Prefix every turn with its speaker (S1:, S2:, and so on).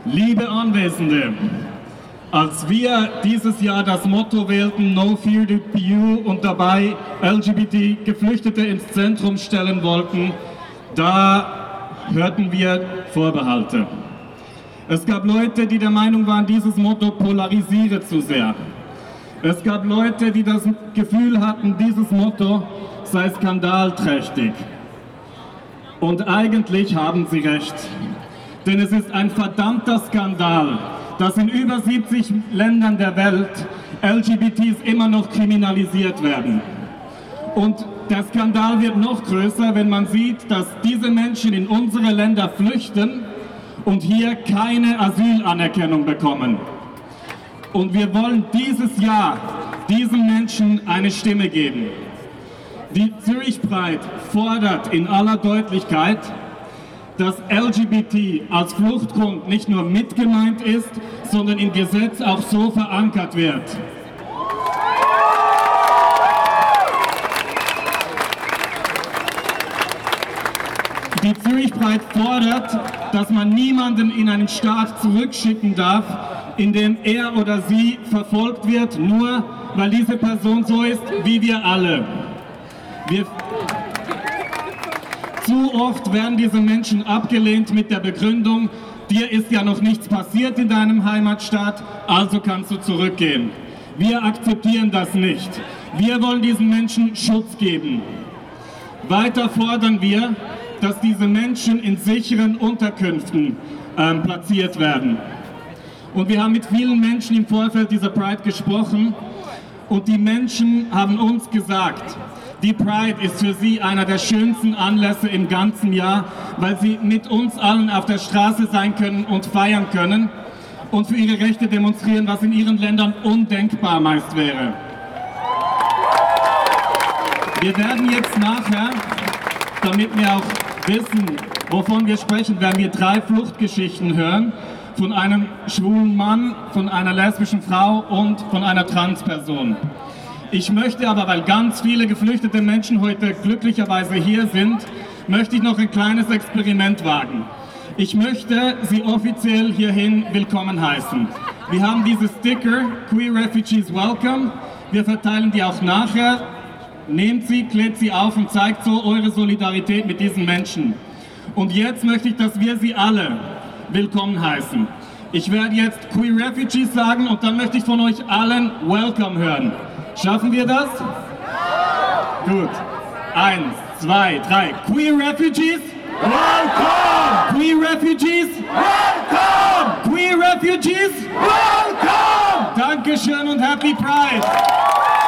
S1: Liebe Anwesende, als wir dieses Jahr das Motto wählten, No Fear the PU, und dabei LGBT-Geflüchtete ins Zentrum stellen wollten, da hörten wir Vorbehalte. Es gab Leute, die der Meinung waren, dieses Motto polarisiere zu sehr. Es gab Leute, die das Gefühl hatten, dieses Motto sei skandalträchtig. Und eigentlich haben sie recht. Denn es ist ein verdammter Skandal, dass in über 70 Ländern der Welt LGBTs immer noch kriminalisiert werden. Und der Skandal wird noch größer, wenn man sieht, dass diese Menschen in unsere Länder flüchten und hier keine Asylanerkennung bekommen. Und wir wollen dieses Jahr diesen Menschen eine Stimme geben. Die Zürich Pride fordert in aller Deutlichkeit, dass LGBT als Fluchtgrund nicht nur mitgemeint ist, sondern im Gesetz auch so verankert wird. Die Zürich Pride fordert, dass man niemanden in einen Staat zurückschicken darf, in dem er oder sie verfolgt wird, nur weil diese Person so ist wie wir alle. Zu oft werden diese Menschen abgelehnt mit der Begründung, dir ist ja noch nichts passiert in deinem Heimatstaat, also kannst du zurückgehen. Wir akzeptieren das nicht. Wir wollen diesen Menschen Schutz geben. Weiter fordern wir, dass diese Menschen in sicheren Unterkünften platziert werden. Und wir haben mit vielen Menschen im Vorfeld dieser Pride gesprochen und die Menschen haben uns gesagt, die Pride ist für sie einer der schönsten Anlässe im ganzen Jahr, weil sie mit uns allen auf der Straße sein können und feiern können und für ihre Rechte demonstrieren, was in ihren Ländern undenkbar meist wäre. Wir werden jetzt nachher, damit wir auch wissen, wovon wir sprechen, werden wir 3 Fluchtgeschichten hören, von einem schwulen Mann, von einer lesbischen Frau und von einer Transperson. Ich möchte aber, weil ganz viele geflüchtete Menschen heute glücklicherweise hier sind, möchte ich noch ein kleines Experiment wagen. Ich möchte Sie offiziell hierhin willkommen heißen. Wir haben diese Sticker, Queer Refugees Welcome. Wir verteilen die auch nachher. Nehmt sie, klebt sie auf und zeigt so eure Solidarität mit diesen Menschen. Und jetzt möchte ich, dass wir sie alle willkommen heißen. Ich werde jetzt Queer Refugees sagen und dann möchte ich von euch allen Welcome hören. Schaffen wir das? Gut. 1, 2, 3. Queer Refugees?
S2: Welcome!
S1: Queer Refugees?
S2: Welcome!
S1: Queer Refugees?
S2: Welcome!
S1: Dankeschön und Happy Pride!